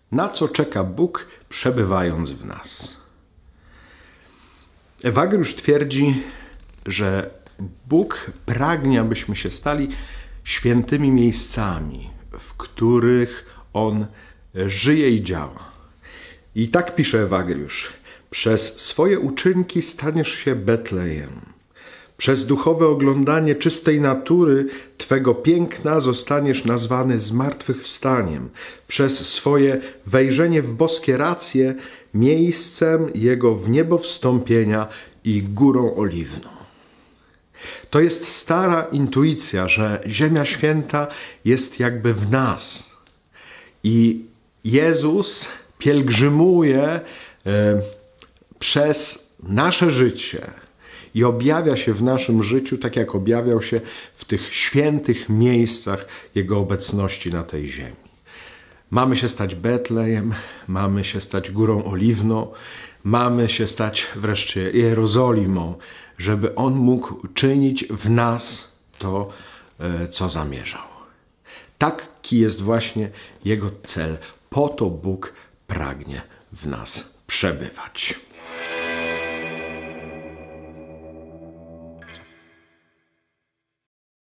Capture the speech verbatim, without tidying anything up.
Na co czeka Bóg, przebywając w nas? Ewagriusz twierdzi, że Bóg pragnie, abyśmy się stali świętymi miejscami, w których On żyje i działa. I tak pisze Ewagriusz: przez swoje uczynki staniesz się Betlejem. Przez duchowe oglądanie czystej natury Twego piękna zostaniesz nazwany zmartwychwstaniem. Przez swoje wejrzenie w boskie racje miejscem Jego w niebo wstąpienia i górą oliwną. To jest stara intuicja, że Ziemia Święta jest jakby w nas. I Jezus pielgrzymuje e, przez nasze życie i objawia się w naszym życiu, tak jak objawiał się w tych świętych miejscach Jego obecności na tej ziemi. Mamy się stać Betlejem, mamy się stać Górą Oliwną, mamy się stać wreszcie Jerozolimą, żeby On mógł czynić w nas to, co zamierzał. Taki jest właśnie Jego cel. Po to Bóg pragnie w nas przebywać.